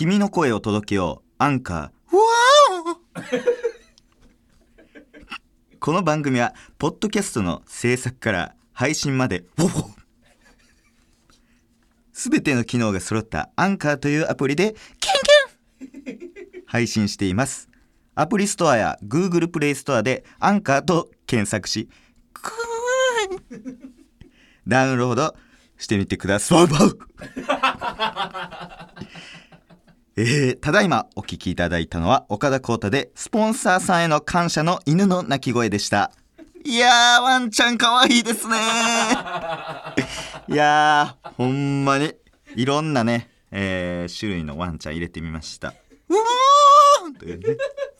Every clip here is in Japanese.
君の声を届けようアンカー。この番組はポッドキャストの制作から配信まですべての機能が揃ったアンカーというアプリでキュンキュン配信しています。アプリストアや Google プレイストアでアンカーと検索しダウンロードしてみてください。ただいまお聞きいただいたのは岡田浩太でスポンサーさんへの感謝の犬の鳴き声でした。いやーワンちゃんかわいいですねいやーほんまにいろんなね、種類のワンちゃん入れてみました。うーというね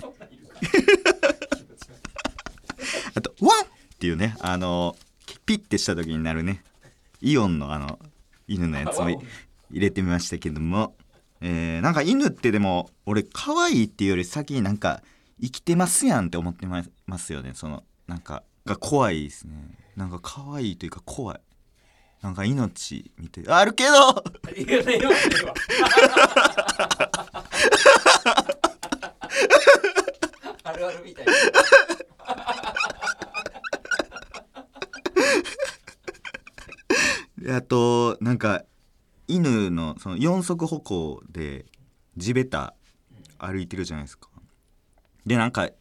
あとワンっていうねピッてした時になるねイオンの犬のやつも入れてみましたけども、なんか犬ってでも俺可愛いっていうより先になんか生きてますやんって思ってますよね。そのなんかが怖いですね。なんか可愛いというか怖い。なんか命見てあるけどあるあるみたいなあとなんか犬のその四足歩行で地べた歩いてるじゃないですか。でなんか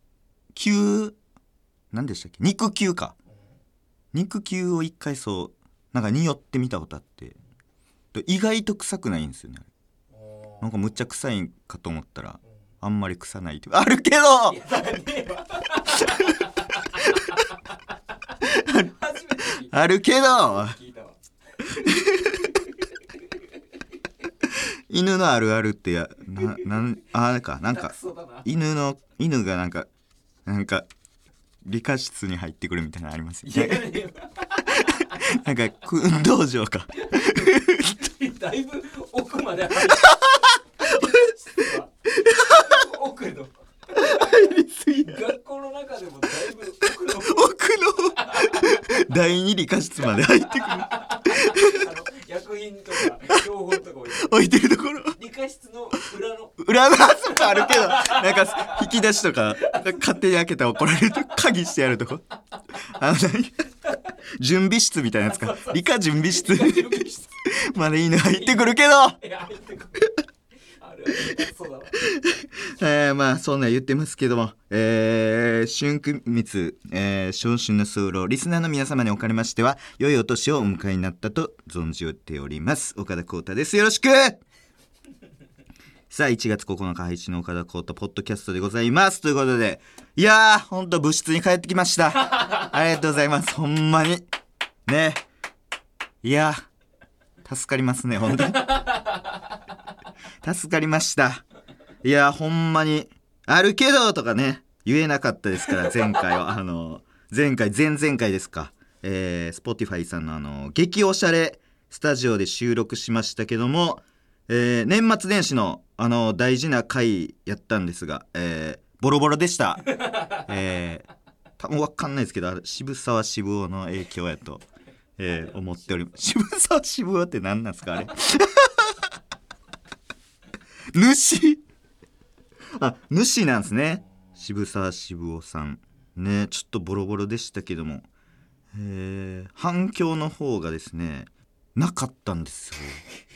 何でしたっけ、肉球か、肉球を一回そうなんか匂ってみたことあって、意外と臭くないんですよね。なんかむっちゃ臭いんかと思ったらあんまり臭ないってあるけどあるけど犬のあるあるってあれかなんか犬がなんか理科室に入ってくるみたいなのありますよねなんか運動場かだいぶ奥まで入る奥の入りすぎ学校の中でもだいぶ奥の第二理科室まで入ってくる薬品とか標本とか置いてるところ理科室の裏のあそこあるけどなんか引き出しとか勝手に開けたら怒られると鍵してやるとこ準備室みたいなやつか理科準備室まで犬入ってくるけどまあそんな言ってますけども、春君密、小春の早漏リスナーの皆様におかれましては良いお年をお迎えになったと存じております。岡田浩太です。よろしくさあ1月9日配信の岡田浩太ポッドキャストでございますということで、いやーほんと部室に帰ってきましたありがとうございます。ほんまにね、いや助かりますね、ほんとに助かりました。いやほんまにあるけどとかね言えなかったですから前回は前々回ですか、Spotify さんの激おしゃれスタジオで収録しましたけども、年末年始の大事な回やったんですが、ボロボロでした、多分分かんないですけど渋沢渋雄の影響やと、思っております。渋沢渋雄って何なんですかあれ主なんですね、渋沢渋雄さんね。ちょっとボロボロでしたけども、反響の方がですねなかったんですよ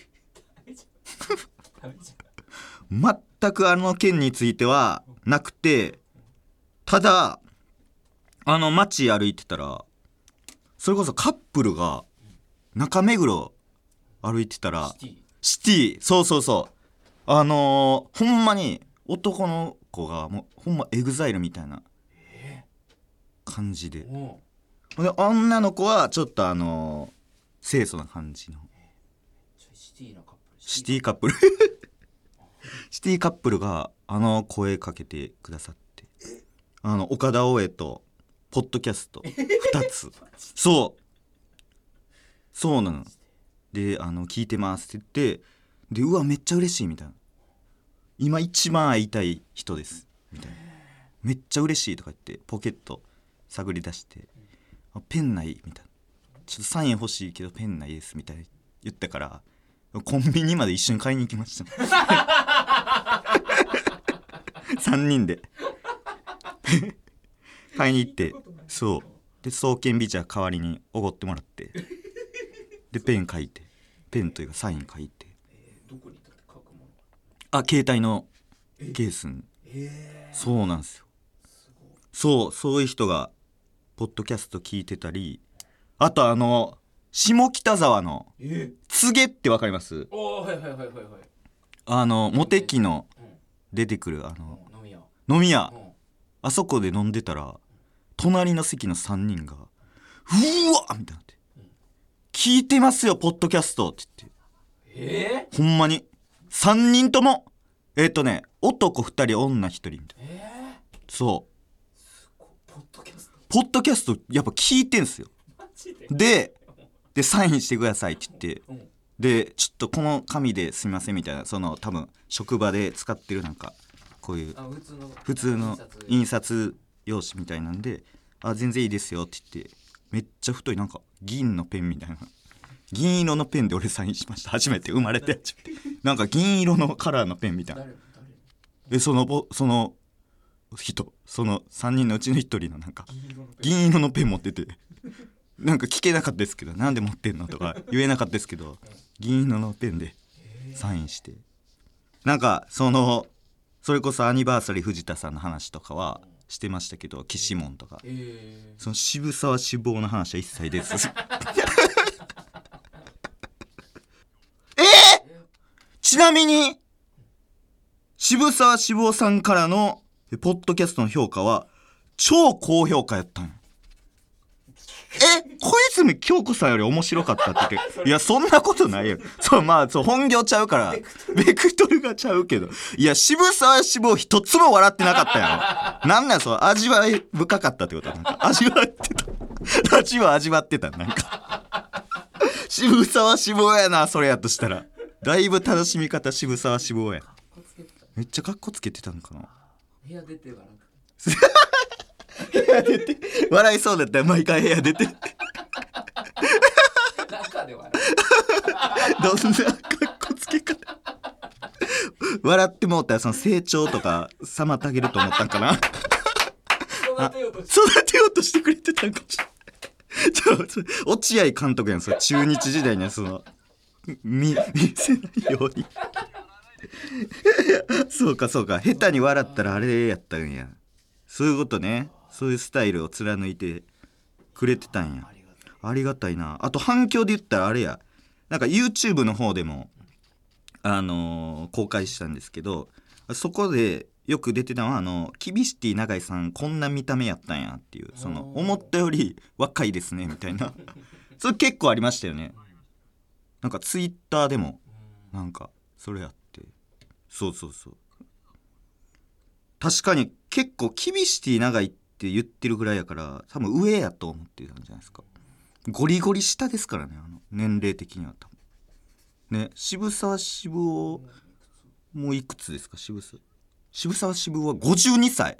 全く件についてはなくて、ただ街歩いてたらそれこそカップルが中目黒歩いてたらシティそうほんまに男の子がもうほんまエグザイルみたいな感じで、で女の子はちょっと清楚な感じのシティカップルシティカップルが声かけてくださって、岡田大江とポッドキャスト2つそうなので聞いてますって言って、でうわめっちゃ嬉しいみたいな、今一番会いたい人ですみたいな、めっちゃ嬉しいとか言ってポケット探り出して、ペンないみたいな、ちょっとサイン欲しいけどペンないですみたいな言ったから、 コンビニまで一緒に買いに行きました3人で買いに行って、そうで双剣美茶代わりにおごってもらってでペン書いて、ペンというかサイン書いて、 どこに書くもの？ 携帯のケースに、そうなんですよ。そういう人がポッドキャスト聞いてたり、あと下北沢のつげってわかります？ はいはいはいはいはい。 モテキの出てくる飲み屋、あそこで飲んでたら隣の席の3人がうわっみたいなって、聞いてますよポッドキャストって言って、ほんまに3人とも男2人女1人みたいな、そうポッドキャストやっぱ聞いてんすよ。でサインしてくださいって言って、でちょっとこの紙ですみませんみたいな、その多分職場で使ってるなんかこういう普通の印刷用紙みたいなんで、全然いいですよって言って、めっちゃ太いなんか銀のペンみたいな、銀色のペンで俺サインしました。初めて生まれてなんか銀色のカラーのペンみたいな。その人、その3人のうちの1人のなんか銀色のペン持ってて、なんか聞けなかったですけど、なんで持ってんのとか言えなかったですけど、銀色のペンでサインして、なんかそれこそアニバーサリー藤田さんの話とかはしてましたけど、岸門とか、その渋沢志望の話は一切出ずちなみに渋沢志望さんからのポッドキャストの評価は超高評価やったんよ。小泉京子さんより面白かったって言って、いやそんなことないよ。そう本業ちゃうからベクトルがちゃうけど、いや渋沢志望一つも笑ってなかったやろ。なんなんその味わい深かったってこと？なんか味わってたなんか渋沢志望やな、それやとしたら。だいぶ楽しみ方渋沢志望や。めっちゃカッコつけてたんかな。 部屋出て笑部屋出て笑いそうだったよ、毎回部屋出て中で笑どんなカッコつけ方笑ってもうたらその成長とか妨げると思ったんかな育てようとしてくれてたんかもしれない落合監督やん、それ中日時代にはその見せないようにそうか下手に笑ったらあれやったんや。そういうことね。そういうスタイルを貫いてくれてたんや。ありがたいな。あと反響で言ったらあれや、なんか YouTube の方でも公開したんですけど、そこでよく出てたのはキビシティ永井さんこんな見た目やったんやっていう、その思ったより若いですねみたいなそれ結構ありましたよね。なんか Twitter でもなんかそれやって、そう確かに結構キビシティ長いって言ってるぐらいやから、多分上やと思ってたんじゃないですか。ゴリゴリ下ですからね、年齢的には多分ね。渋沢志望もういくつですか？渋沢志望は52歳。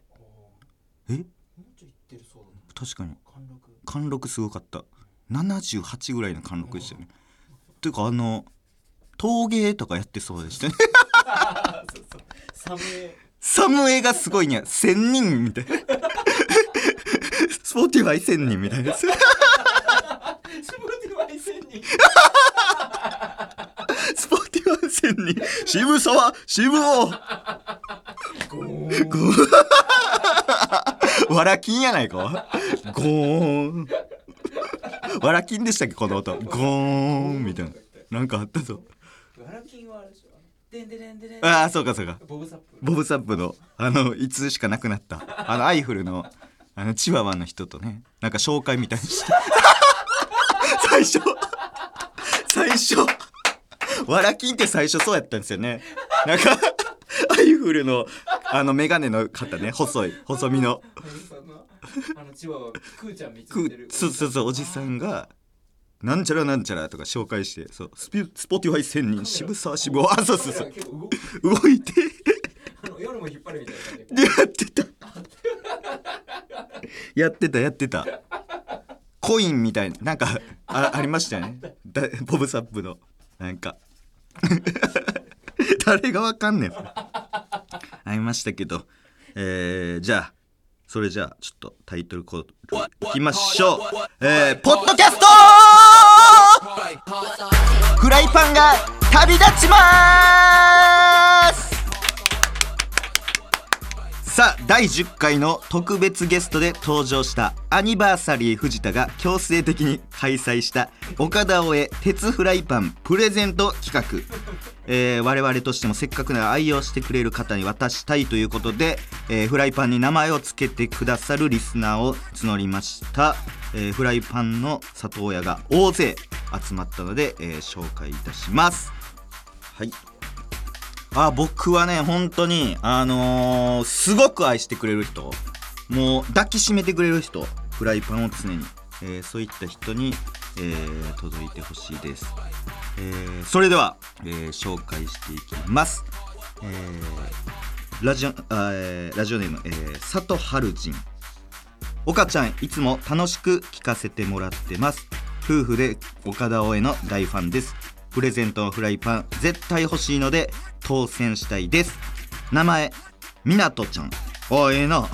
確かに貫禄すごかった。78ぐらいの貫禄でしたよね。っていうか陶芸とかやってそうでしたねサムエがすごいね、1000人みたいなスポティファイ1000人みたいなスポティファイ1000人スポティファイ1000人渋沢渋尾わらきんやないか。ゴーンわらきんでしたっけこの音。ゴーンみたいななんかあったぞ。 わらきんはあれでしょ。 そうかボブサップのいつしかなくなったアイフルのチワワの人とね、なんか紹介みたいにして最初わらきんって最初そうやったんですよね。なんかアイフルのメガネの方ね、細身のチワワクーちゃん見つけてるそうおじさんがなんちゃらなんちゃらとか紹介して、そうスポティファイ1000人渋沢志望、そう動いて夜も引っ張るみたいな感じでやってたコインみたいななんか ありましたよねボブサップのなんか誰がわかんねん会いましたけど、じゃあそれじゃあちょっとタイトルコールいきましょう。ポッドキャストフライパンが旅立ちまーす。さあ第10回の特別ゲストで登場したアニバーサリー藤田が強制的に開催した岡田大江鉄フライパンプレゼント企画、我々としてもせっかくなら愛用してくれる方に渡したいということで、フライパンに名前を付けてくださるリスナーを募りました。フライパンの里親が大勢集まったので、紹介いたします。はい、僕はね本当にすごく愛してくれる人、もう抱きしめてくれる人、フライパンを常に、そういった人に、届いてほしいです。それでは、紹介していきます。ラジオネーム、佐藤春人。岡ちゃんいつも楽しく聞かせてもらってます。夫婦で岡田大江の大ファンです。プレゼントのフライパン絶対欲しいので当選したいです。名前みなとちゃん。ええな。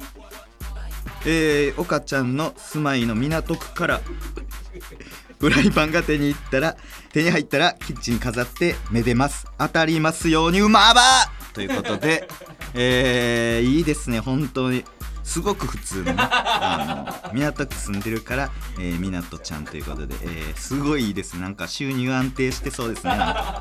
岡ちゃんの住まいの港区からフライパンが手に入ったらキッチン飾ってめでます。当たりますようにうまばということで、いいですね本当に。すごく普通のね港区住んでるから、みなとちゃんということで、すごいいいです。なんか収入安定してそうですね。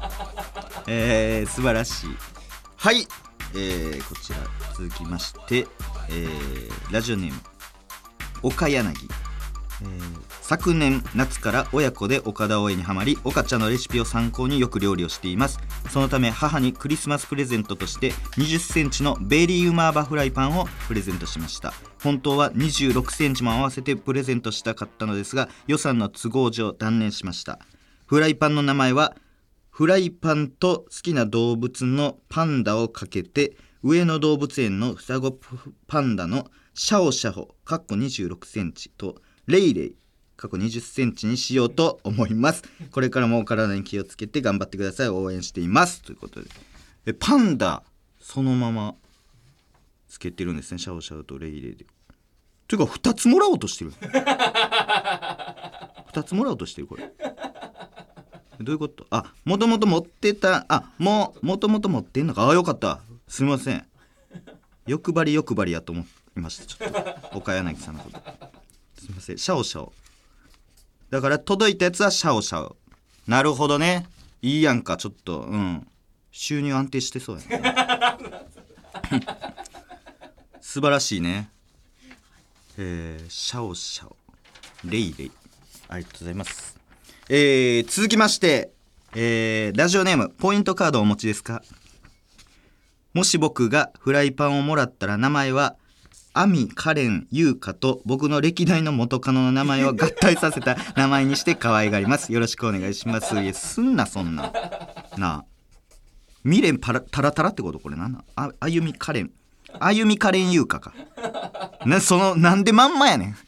素晴らしい。はい、こちら続きまして、ラジオネーム岡柳。昨年夏から親子で岡田大江にはまり、岡ちゃんのレシピを参考によく料理をしています。そのため母にクリスマスプレゼントとして20センチのベリーウマーバフライパンをプレゼントしました。本当は26センチも合わせてプレゼントしたかったのですが、予算の都合上断念しました。フライパンの名前はフライパンと好きな動物のパンダをかけて、上野動物園の双子パンダのシャオシャオ26センチとレイレイ20センチにしようと思います。これからもお体に気をつけて頑張ってください。応援していますということで、パンダそのままつけてるんですね。シャオシャオとレイレイで。というか2つもらおうとしてる2つもらおうとしてる。これどういうこと？もともと持ってた。もともと持ってんのか。よかった。すみません。欲張りやと思いました。ちょっと岡柳さんのことすみません。シャオシャオだから届いたやつはシャオシャオ。なるほどね。いいやんか。ちょっと収入安定してそうやね素晴らしいね。シャオシャオレイレイありがとうございます。続きまして、ラジオネームポイントカードお持ちですか？もし僕がフライパンをもらったら名前はアミ、カレン、ユーカと僕の歴代の元カノの名前を合体させた名前にして可愛がります。よろしくお願いします。いやすんなそんななあ。未練タラタラってこと？これなんだ？あゆみカレンユーカかなんでまんまやねん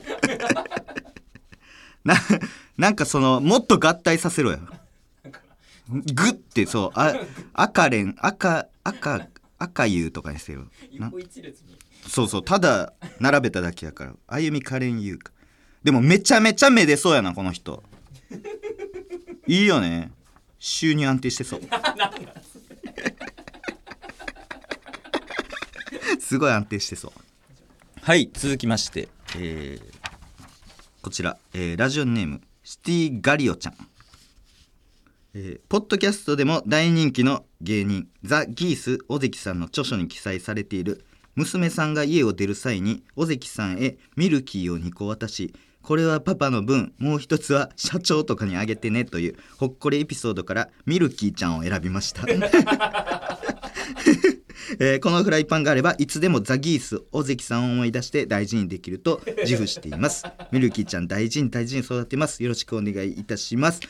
なんかもっと合体させろよ。グッて赤レン赤ユとかにしてよ。そうただ並べただけやから。あゆみカレンユーか。でもめちゃめちゃめでそうやなこの人。いいよね。収入安定してそうすごい安定してそう。はい、続きまして、こちら、ラジオネームシティガリオちゃん。ポッドキャストでも大人気の芸人ザ・ギース尾関さんの著書に記載されている、娘さんが家を出る際に尾関さんへミルキーを2個渡し、これはパパの分、もう一つは社長とかにあげてねというほっこりエピソードからミルキーちゃんを選びましたこのフライパンがあればいつでもザ・ギース尾関さんを思い出して大事にできると自負しています。ミルキーちゃん大事に育てます。よろしくお願いいたします。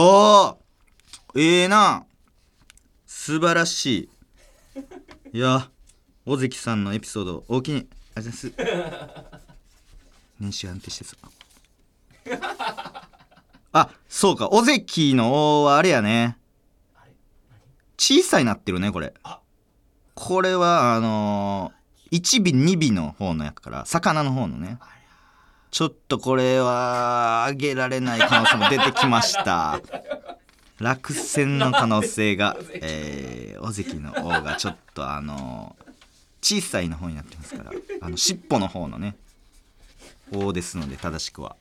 な素晴らしい。いや尾関さんのエピソード大きにありがとうございます。年収安定してそうそうか尾関の王はあれやね。 小さいなってるねこれ。これは1尾2尾の方のやから魚の方のね。ちょっとこれはあげられない可能性も出てきました落選の可能性が、尾関の王がちょっと小さいの方になってますから尻尾の方のね王ですので正しくは、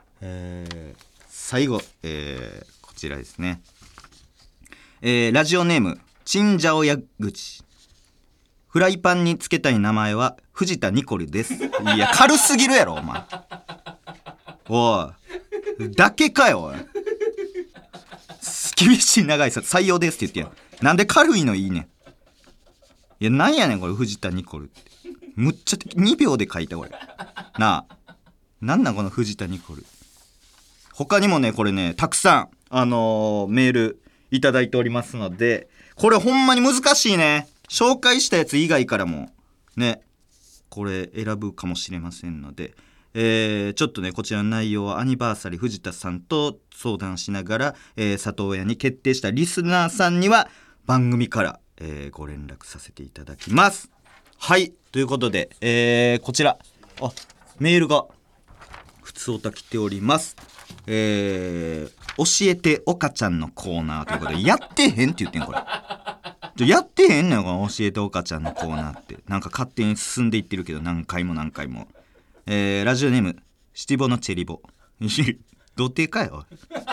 最後、こちらですね、ラジオネームチンジャオヤ口。フライパンにつけたい名前は藤田ニコルです。いや軽すぎるやろお前。おいだけかよおい。厳しい長いさ採用ですって言ってやん。なんで軽いのいいねん。いやなんやねんこれ藤田ニコルって。むっちゃ2秒で書いたこれなあ。なんなんこの藤田ニコル。他にもねこれねたくさんメールいただいておりますので、これほんまに難しいね。紹介したやつ以外からもねこれ選ぶかもしれませんので、ちょっとねこちらの内容はアニバーサリー藤田さんと相談しながら、里親に決定したリスナーさんには番組から、ご連絡させていただきます。はいということで、こちらメールがふつおた来ております。教えて岡ちゃんのコーナーということでやってへんって言ってんこれ。やってへんのよこの教えて岡ちゃんのコーナーって。なんか勝手に進んでいってるけど何回も、ラジオネームシティボのチェリボ。どてかよ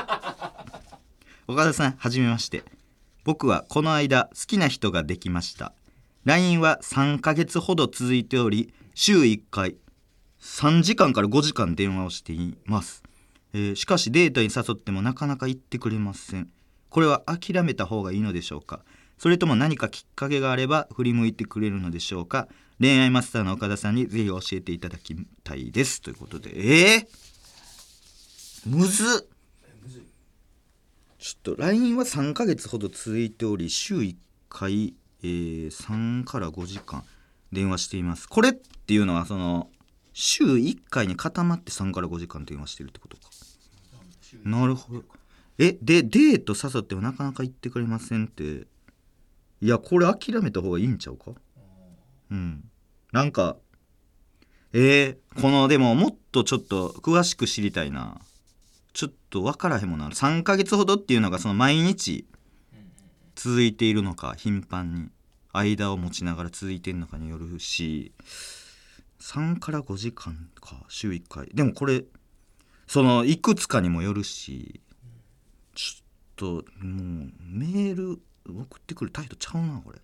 岡田さんはじめまして。僕はこの間好きな人ができました。 LINE は3ヶ月ほど続いており週1回3時間から5時間電話をしています。しかしデートに誘ってもなかなか行ってくれません。これは諦めた方がいいのでしょうか、それとも何かきっかけがあれば振り向いてくれるのでしょうか。恋愛マスターの岡田さんにぜひ教えていただきたいですということで。むずっ。ちょっと LINE は3ヶ月ほど続いており週1回、3から5時間電話しています。これっていうのはその週1回に固まって3から5時間電話してるってことか。なるほど。でデート誘ってもなかなか行ってくれませんって。いやこれ諦めた方がいいんちゃうか。なんかこのでももっとちょっと詳しく知りたいな。ちょっと分からへんもんな。3ヶ月ほどっていうのがその毎日続いているのか頻繁に間を持ちながら続いているのかによるし、3から5時間か週1回でもこれそのいくつかにもよるし、ちょっともうメール送ってくる態度ちゃうなこれ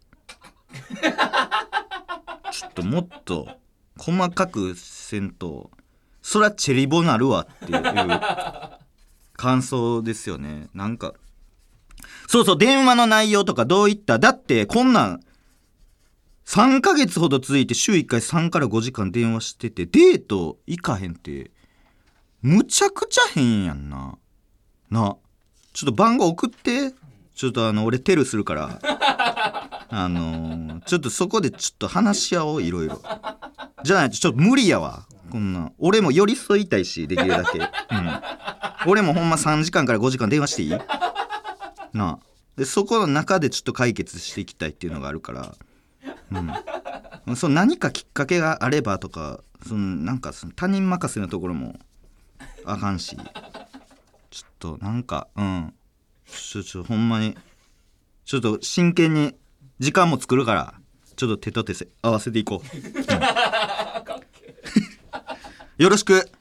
ちょっともっと細かくせんとそらチェリボなるわっていう感想ですよね。なんかそう電話の内容とかどういっただってこんなん3ヶ月ほど続いて週1回3から5時間電話しててデート行かへんってむちゃくちゃ変やんな。ちょっと番号送って。ちょっと俺テルするからちょっとそこでちょっと話し合おういろいろ。じゃないとちょっと無理やわこんな。俺も寄り添いたいしできるだけ、俺もほんま3時間から5時間電話していいでそこの中でちょっと解決していきたいっていうのがあるから、その何かきっかけがあればとかなんかその他人任せのところもあかんし、ちょっとなんかほんまにちょっと真剣に時間も作るからちょっと手と手合わせていこう、よろしく、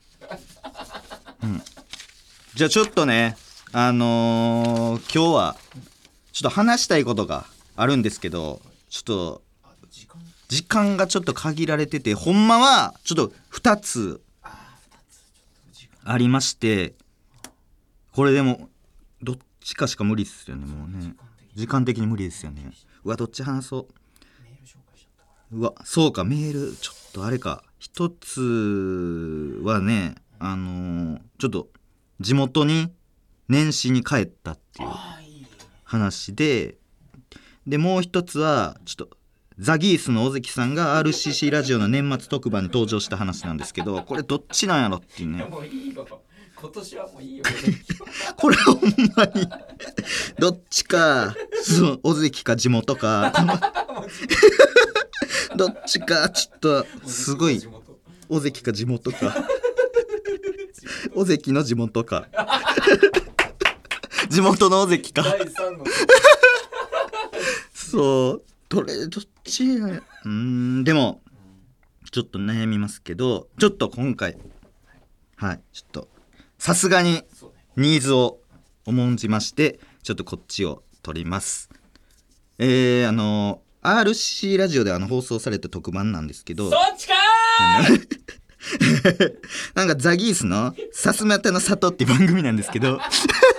じゃあちょっとね今日はちょっと話したいことがあるんですけどちょっと時間がちょっと限られててほんまはちょっと2つありまして、これでもどっちかしか無理ですよねもうね時間的に無理ですよね。うわどっち話そう。うわそうかメールちょっとあれか。一つはねちょっと地元に年始に帰ったっていう話でもう一つはちょっとザギースの尾関さんが RCC ラジオの年末特番に登場した話なんですけど、これどっちなんやろっていうね。 今年はもういいよこれほんまにどっちかそう尾関か地元かどっちかちょっとすごい尾関か地元か尾関の地元か地元の尾関か第3のそうどっちやでもちょっと悩みますけどちょっと今回はいちょっとさすがにニーズを重んじましてちょっとこっちを取ります。RC ラジオで放送された特番なんですけどそっちかなんかザギースのさすまたの里っていう番組なんですけど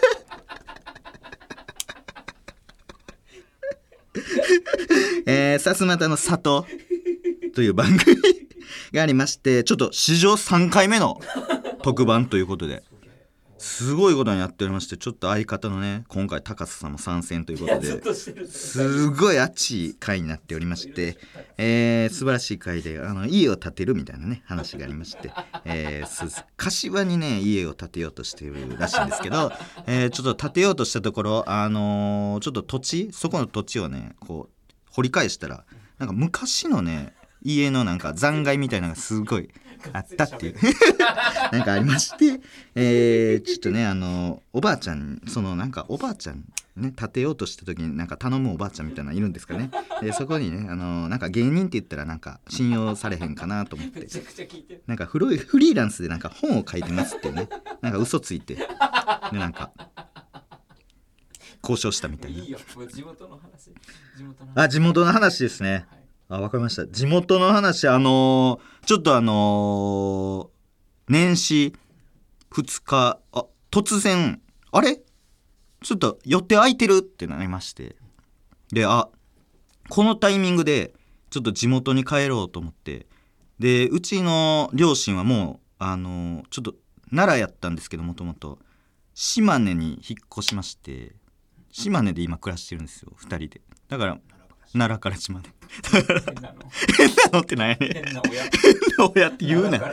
さすまたの里という番組がありましてちょっと史上3回目の特番ということですごいことになっておりましてちょっと相方のね今回高瀬さんも参戦ということですごい熱い回になっておりまして、素晴らしい回で家を建てるみたいなね話がありまして、柏にね家を建てようとしているらしいんですけど、ちょっと建てようとしたところちょっとそこの土地をねこう掘り返したらなんか昔のね家のなんか残骸みたいなのがすごいあったっていうなんかありまして、ちょっとねおばあちゃんなんかおばあちゃんね建てようとした時になんか頼むおばあちゃんみたいなのいるんですかね。でそこにねなんか芸人って言ったらなんか信用されへんかなと思ってなんかフリーランスでなんか本を書いてますっていうねなんか嘘ついてでなんか交渉したみたいな。 いいよ地元の話地元の話ですね。わかりました。地元の話ちょっと年始2日突然あれちょっと予定空いてるってなりましてでこのタイミングでちょっと地元に帰ろうと思ってでうちの両親はもうちょっと奈良やったんですけどもともと島根に引っ越しまして島根で今暮らしてるんですよ2人でだから奈良から島根変なのってなんやねん変な親って言うな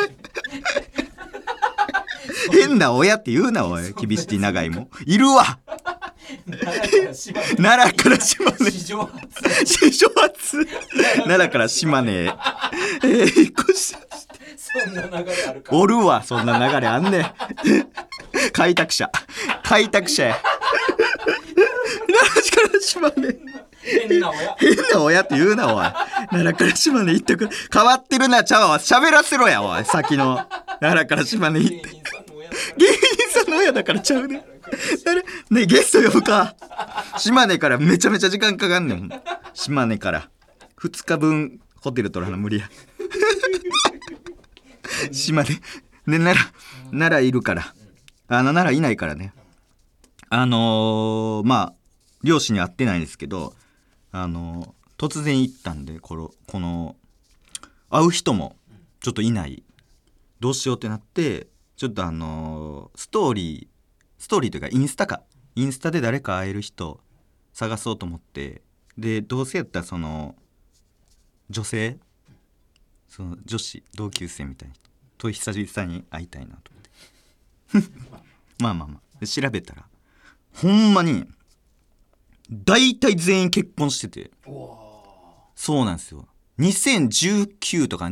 変な親って言うなおいキビシティ長いもいるわ奈良から島根史上初奈良から島根へ引っ越しそんな流れあるかおるわそんな流れあんねん開拓者や奈良から島根変な親って言うなおい奈良から島根行ってくる変わってるなちゃうわ喋らせろやおい先の奈良から島根行って芸人さんの親だからちゃうねねゲスト呼ぶか島根からめちゃめちゃ時間かかんねん島根から2日分ホテル取るの無理や島根ね奈良いるから奈良いないからねまあ両親に会ってないんですけど突然行ったんでこの会う人もちょっといないどうしようってなってちょっとストーリーというかインスタで誰か会える人探そうと思ってでどうせやったら女性女子同級生みたいな人と久々に会いたいなと思ってまあ調べたらほんまに大体全員結婚しててそうなんですよ2019とか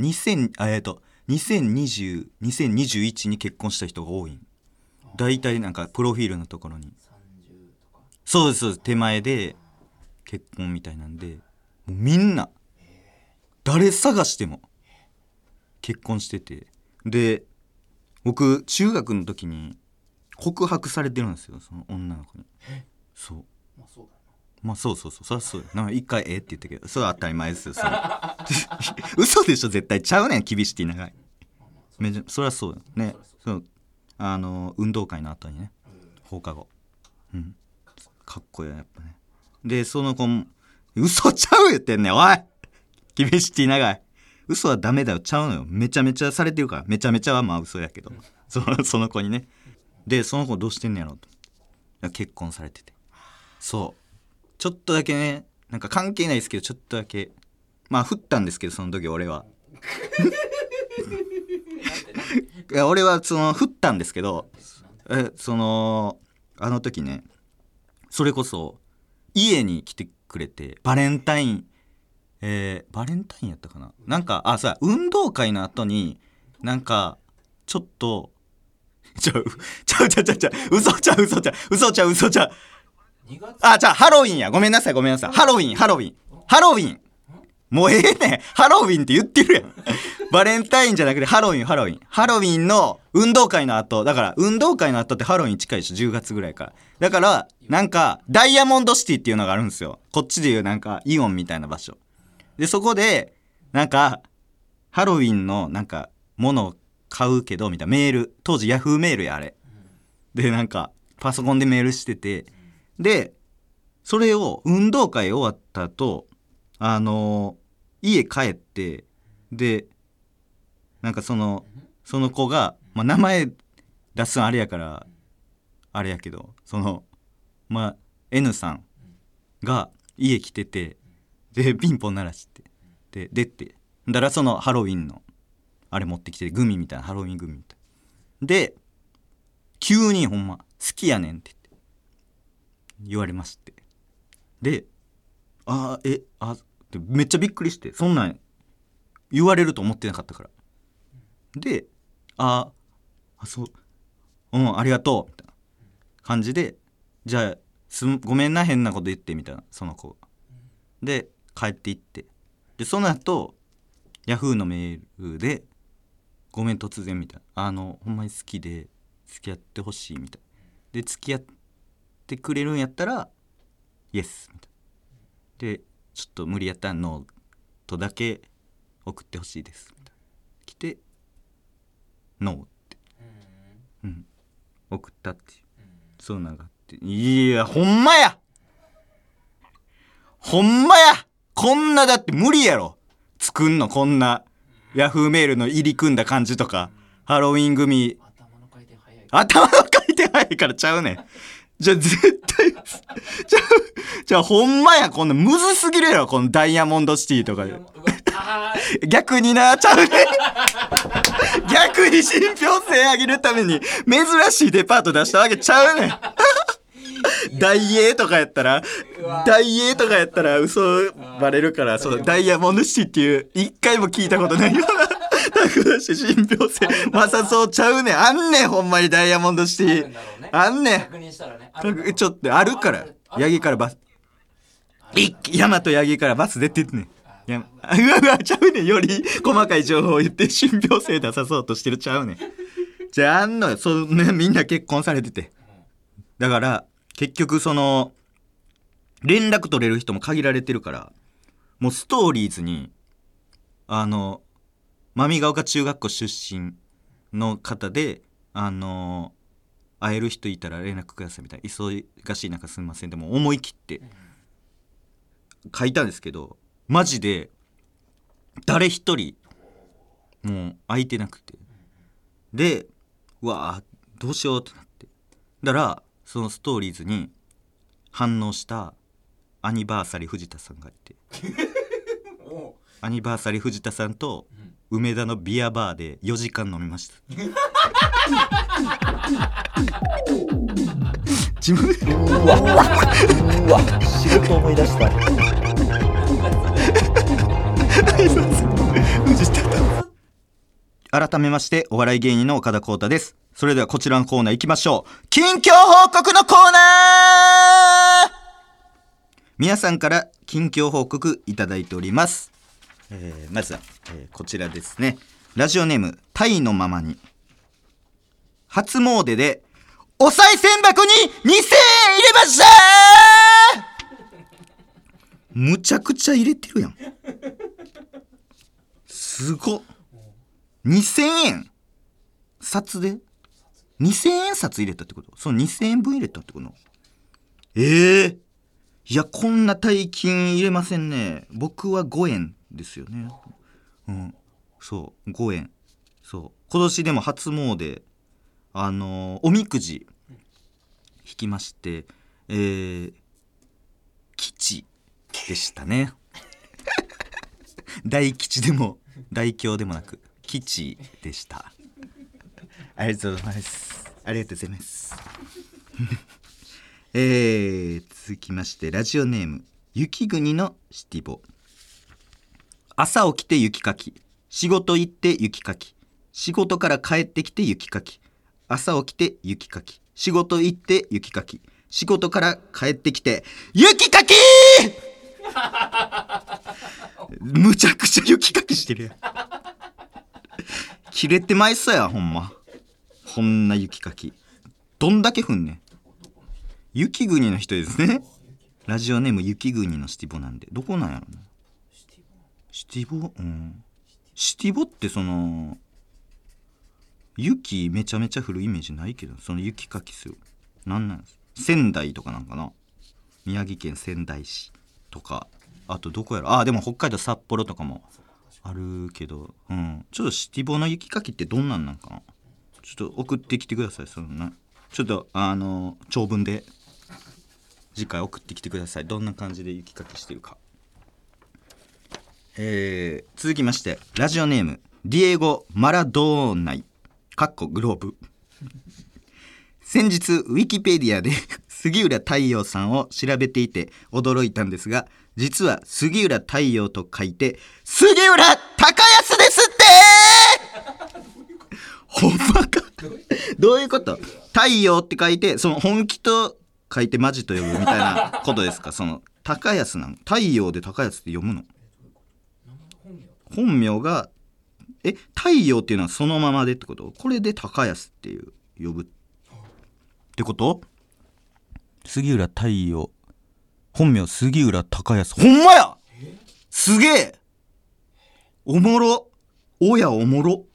2021に結婚した人が多い大体なんかプロフィールのところにそうです手前で結婚みたいなんでもうみんな誰探しても結婚しててで僕中学の時に告白されてるんですよその女の子にそうまあそうそりゃそうなんか一回って言ったけどそれは当たり前ですよそれ嘘でしょ絶対ちゃうねん厳しい長いそりゃそうねそう運動会の後にね放課後かっこいいやっぱねでその子も嘘ちゃう言ってんねんおい厳しい長い嘘はダメだよちゃうのよめちゃめちゃされてるからめちゃめちゃはまあ嘘やけどその子にねでその子どうしてんねやろうと結婚されててそうちょっとだけねなんか関係ないですけどちょっとだけまあ振ったんですけどその時俺はいや俺はその振ったんですけど、そのあの時ね、それこそ家に来てくれてバレンタインやったかな、なんかさ運動会の後になんかちょっと嘘ちゃうじゃあハロウィンや、ごめんなさいハロウィンもうええねん、ハロウィンって言ってるやんバレンタインじゃなくてハロウィンの運動会の後だから、運動会の後ってハロウィン近いでしょ、10月ぐらいから。だからなんかダイヤモンドシティっていうのがあるんですよ、こっちでいうなんかイオンみたいな場所で、そこでなんかハロウィンのなんかものを買うけどみたいなメール、当時ヤフーメールやあれで、なんかパソコンでメールしてて、でそれを運動会終わった後家帰って、でなんかその子が、まあ、名前出すんあれやからあれやけど、そのまあ N さんが家来てて、でピンポン鳴らしてで出て、だからそのハロウィンのあれ持ってきて、グミみたいな、ハロウィングミみたいなで、急にほんま好きやねんって言われまして、でってめっちゃびっくりして、そんなん言われると思ってなかったから、でそうありがとうみたいな感じで、じゃあごめんな変なこと言ってみたいな、その子で帰っていって、でその後ヤフーのメールでごめん突然みたいな、ほんまに好きで付き合ってほしいみたいな、で付き合ってくれるんやったらイエスみたいな、でちょっと無理やったらノーとだけ送ってほしいですみたいな来て、ノーって、送ったっていう、そうなんかあって、いやほんまやこんなだって無理やろ作んの、こんなヤフーメールの入り組んだ感じとか、ハロウィン組頭の回転早いからちゃうねん。じゃあ絶対じゃあほんまや、こんなむずすぎるやろ、このダイヤモンドシティとかで逆になちゃうね逆に信憑性上げるために珍しいデパート出したわけちゃうねんダイエーとかやったら嘘バレるから、そうダイヤモンドシティっていう一回も聞いたことないよだし信憑性まさそうちゃうねん、あんねんほんまにダイヤモンドシティあんねん、ちょっとあるから、八木からバス大和八木からバス出てんねん、うわちゃうねん、より細かい情報を言って信憑性出さそうとしてるちゃうねん、じゃあんのよ、みんな結婚されてて、だから結局その連絡取れる人も限られてるから、もうストーリーズに真ヶ丘中学校出身の方で会える人いたら連絡くださいみたいな、忙しい中すみませんでも思い切って書いたんですけど、マジで誰一人もう空いてなくて、でうわどうしようってなって、だからそのストーリーズに反応したアニバーサリー藤田さんがいてアニバーサリー藤田さんと梅田のビアバーで4時間飲みました自分でうわ仕事思い出した改めましてお笑い芸人の岡田浩太です。それではこちらのコーナー行きましょう。近況報告のコーナー。皆さんから近況報告いただいております。まずは、こちらですね。ラジオネームタイのままに。初詣でお賽銭箱に2000円入れましたむちゃくちゃ入れてるやん。すごっ。2000円札で2000円札入れたってこと？その2000円分入れたってこと？いやこんな大金入れませんね。僕は5円ですよね。そう5円。そう今年でも初詣おみくじ引きまして吉でしたね大吉でも大凶でもなく吉でした。 ありがとうございます。ありがとうございます続きましてラジオネーム雪国のシティボ。朝起きて雪かき、仕事行って雪かき、仕事から帰ってきて雪かき、朝起きて雪かき、仕事行って雪かき、仕事から帰ってきて雪かきむちゃくちゃ雪かきしてるやん。切れてまいそうやほんま。こんな雪かきどんだけ降んねん。雪国の人ですね。ラジオネーム雪国のシティボなんで、どこなんやろな。シティボ、うん。シティボってその雪めちゃめちゃ降るイメージないけど、その雪かきするなんなんです。仙台とかなんかな。宮城県仙台市とか、あとどこやろ。あ、でも北海道札幌とかもあるけど、うん。ちょっとシティボの雪かきってどんなんなんかな。ちょっと送ってきてください。そのな、ちょっと長文で次回送ってきてください。どんな感じで雪かきしてるか。続きましてラジオネームディエゴ・マラドーナイグローブ。先日ウィキペディアで杉浦太陽さんを調べていて驚いたんですが、実は杉浦太陽と書いて杉浦高安ですってほんまかどういうこと。太陽って書いてその本気と書いてマジと呼ぶみたいなことですか。その高安なの。太陽で高安って読むの。本名が太陽っていうのはそのままでってこと。これで高安っていう呼ぶってこと。杉浦太陽本名杉浦高安。ほんまや。すげえおもろ。親おもろ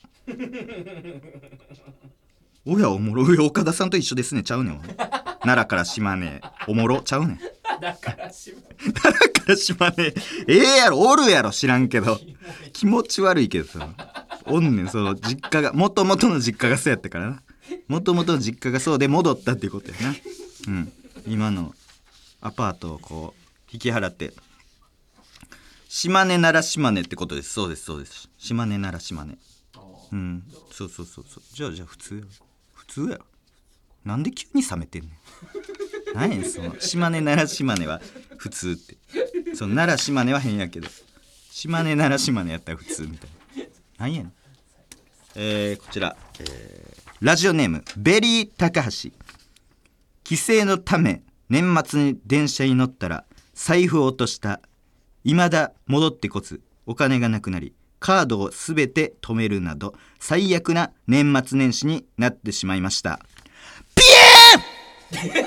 親おもろ。岡田さんと一緒ですね。ちゃうねん。奈良から島根おもろちゃうねん。 だから島根やろ。おるやろ知らんけど気持ち悪いけどさ、おんねん。その実家がもともとの実家がそうやったからな。もともとの実家がそうで戻ったっていうことやな。うん。今のアパートをこう引き払って島根奈良島根ってことです。そうですそうです。島根奈良島根。うん。そうじゃあ普通やろ。なんで急に冷めてんねん。何やねんその島根奈良島根は普通って。その奈良島根は変やけど島根奈良島根やったら普通みたいな。何やねん。こちら、ラジオネームベリー高橋。帰省のため年末に電車に乗ったら財布を落とした。未だ戻ってこずお金がなくなりカードをすべて止めるなど最悪な年末年始になってしまいました。ピエ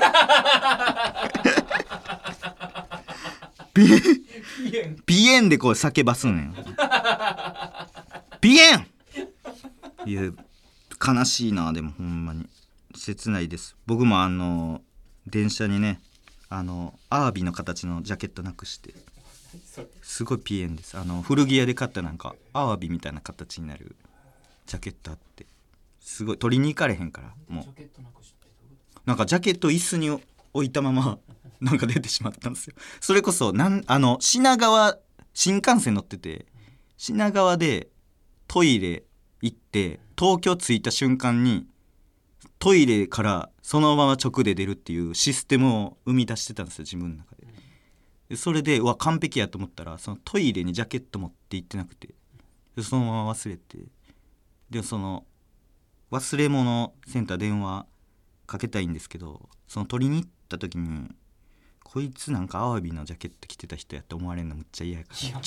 ンピエンでこう叫ばすんねん。ピエン。いや悲しいな。でもほんまに切ないです。僕も電車にねアワビの形のジャケットなくしてすごいピエンです。古着屋で買ったなんかアワビみたいな形になるジャケットあってすごい取りに行かれへんから、もうなんかジャケット椅子に置いたままなんか出てしまったんですよ。それこそ品川新幹線乗ってて品川でトイレ行って東京着いた瞬間にトイレからそのまま直で出るっていうシステムを生み出してたんですよ自分の中で。それで完璧やと思ったらそのトイレにジャケット持って行ってなくて、そのまま忘れて、でその忘れ物センター電話かけたいんですけど、その取りに行った時にこいつなんかアワビのジャケット着てた人やって思われるのむっちゃ嫌やから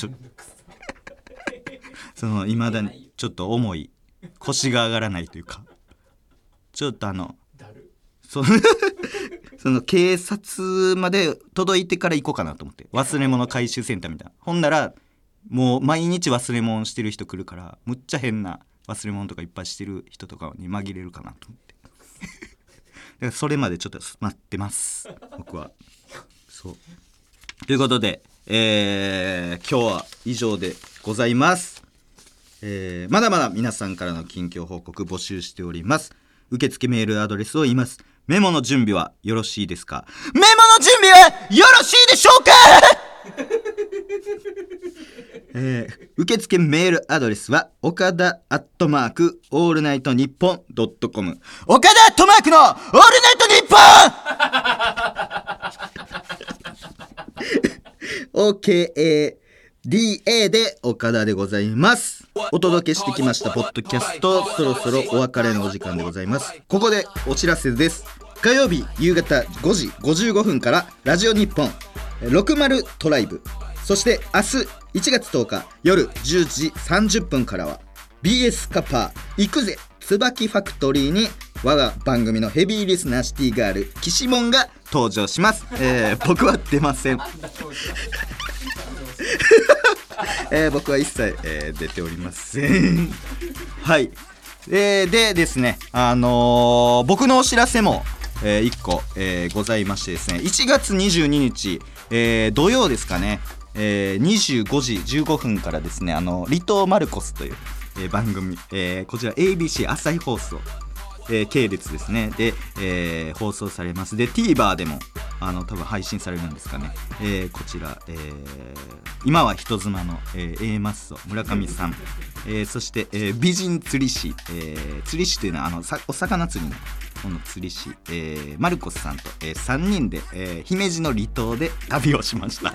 その未だにちょっと重い腰が上がらないというか、ちょっとその警察まで届いてから行こうかなと思って、忘れ物回収センターみたいな。ほんならもう毎日忘れ物してる人来るからむっちゃ変な忘れ物とかいっぱいしてる人とかに紛れるかなと思ってだからそれまでちょっと待ってます僕は。そうということで、今日は以上でございます。まだまだ皆さんからの近況報告募集しております。受付メールアドレスを言います。メモの準備はよろしいですか。メモの準備はよろしいでしょうか受受付メールアドレスは岡田アットマークオールナイトニッポンドットコム、岡田アットマークのオールナイトニッポンOKADA で岡田でございます。お届けしてきましたポッドキャスト、そろそろお別れのお時間でございます。ここでお知らせです。火曜日夕方5時55分からラジオ日本60トライブ、そして明日1月10日夜10時30分からは BS カッパー行くぜ椿ファクトリーに我が番組のヘビーリスナーシティガールキシモンが登場します。僕は出ません僕は一切、出ておりませんはい、でですね、僕のお知らせも、1個、ございましてですね、1月22日、土曜ですかね、25時15分からですね、離島マルコスという、番組、こちら ABC 朝日放送、系列ですねで、放送されます。で TVer でも多分配信されるんですかね、こちら、今は人妻の、A マッソ村上さん、そして、美人釣り師、釣り師というのはお魚釣りのこの釣り師、マルコスさんと、3人で、姫路の離島で旅をしました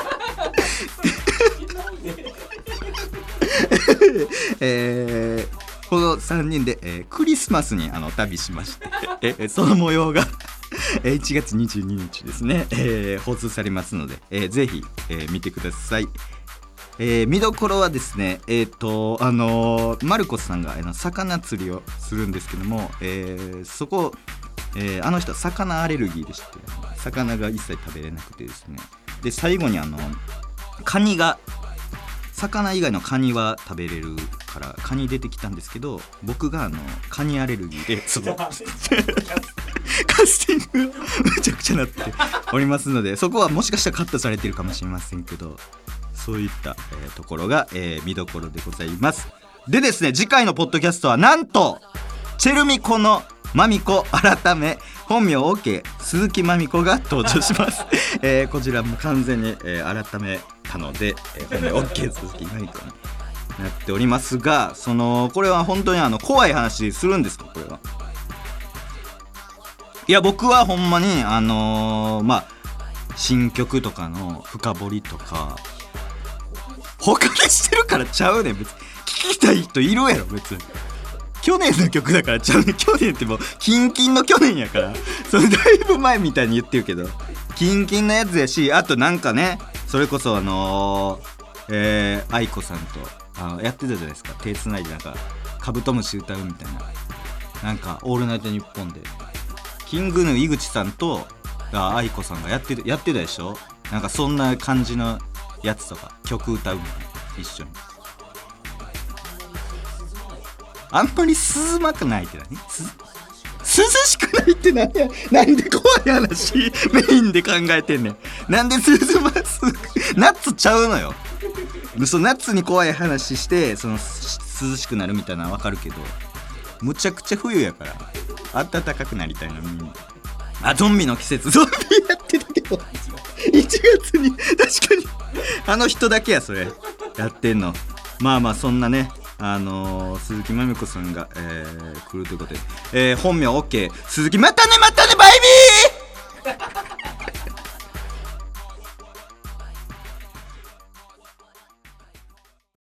この3人で、クリスマスに旅しましてその模様が1月22日ですね、放送されますので、ぜひ、見てください。見どころはですね、マルコスさんが魚釣りをするんですけども、そこ、あの人は魚アレルギーでして魚が一切食べれなくてですね、で最後にカニが魚以外のカニは食べれるからカニ出てきたんですけど、僕がカニアレルギーでそのカスティングめちゃくちゃなっておりますので、そこはもしかしたらカットされてるかもしれませんけど、そういった、ところが、見どころでございます。でですね、次回のポッドキャストはなんとチェルミコのマミコ改め本名 OK 鈴木まみこが登場しますこちらも完全に、改めたので、本名 OK 鈴木まみこになっておりますが、これは本当に怖い話するんですか？これはいや僕はほんまに新曲とかの深掘りとか他でしてるからちゃうねん。別に聞きたい人いるやろ。別に去年の曲だからちゃうねん。去年ってもうキンキンの去年やから、それだいぶ前みたいに言ってるけどキンキンのやつやし、あとなんかね、それこそ愛子さんとやってたじゃないですか。手つないでなんかカブトムシ歌うみたいな、なんかオールナイトニッポンでキングヌー井口さんと愛子さんがやってたでしょ。なんかそんな感じのやつとか曲歌うみたいな、一緒に。あんまり涼まくないって何？涼しくないって何や。なんで怖い話メインで考えてんねん。なんで涼ますナッツちゃうのよ。ナッツに怖い話して涼しくなるみたいなのは分かるけど、むちゃくちゃ冬やから暖かくなりたいのみんな。ゾンビの季節、ゾンビやってたけど1月に確かにあの人だけやそれやってんの。まあそんなね、鈴木まみこさんが、来るということで、本名 OK 鈴木またねバイビー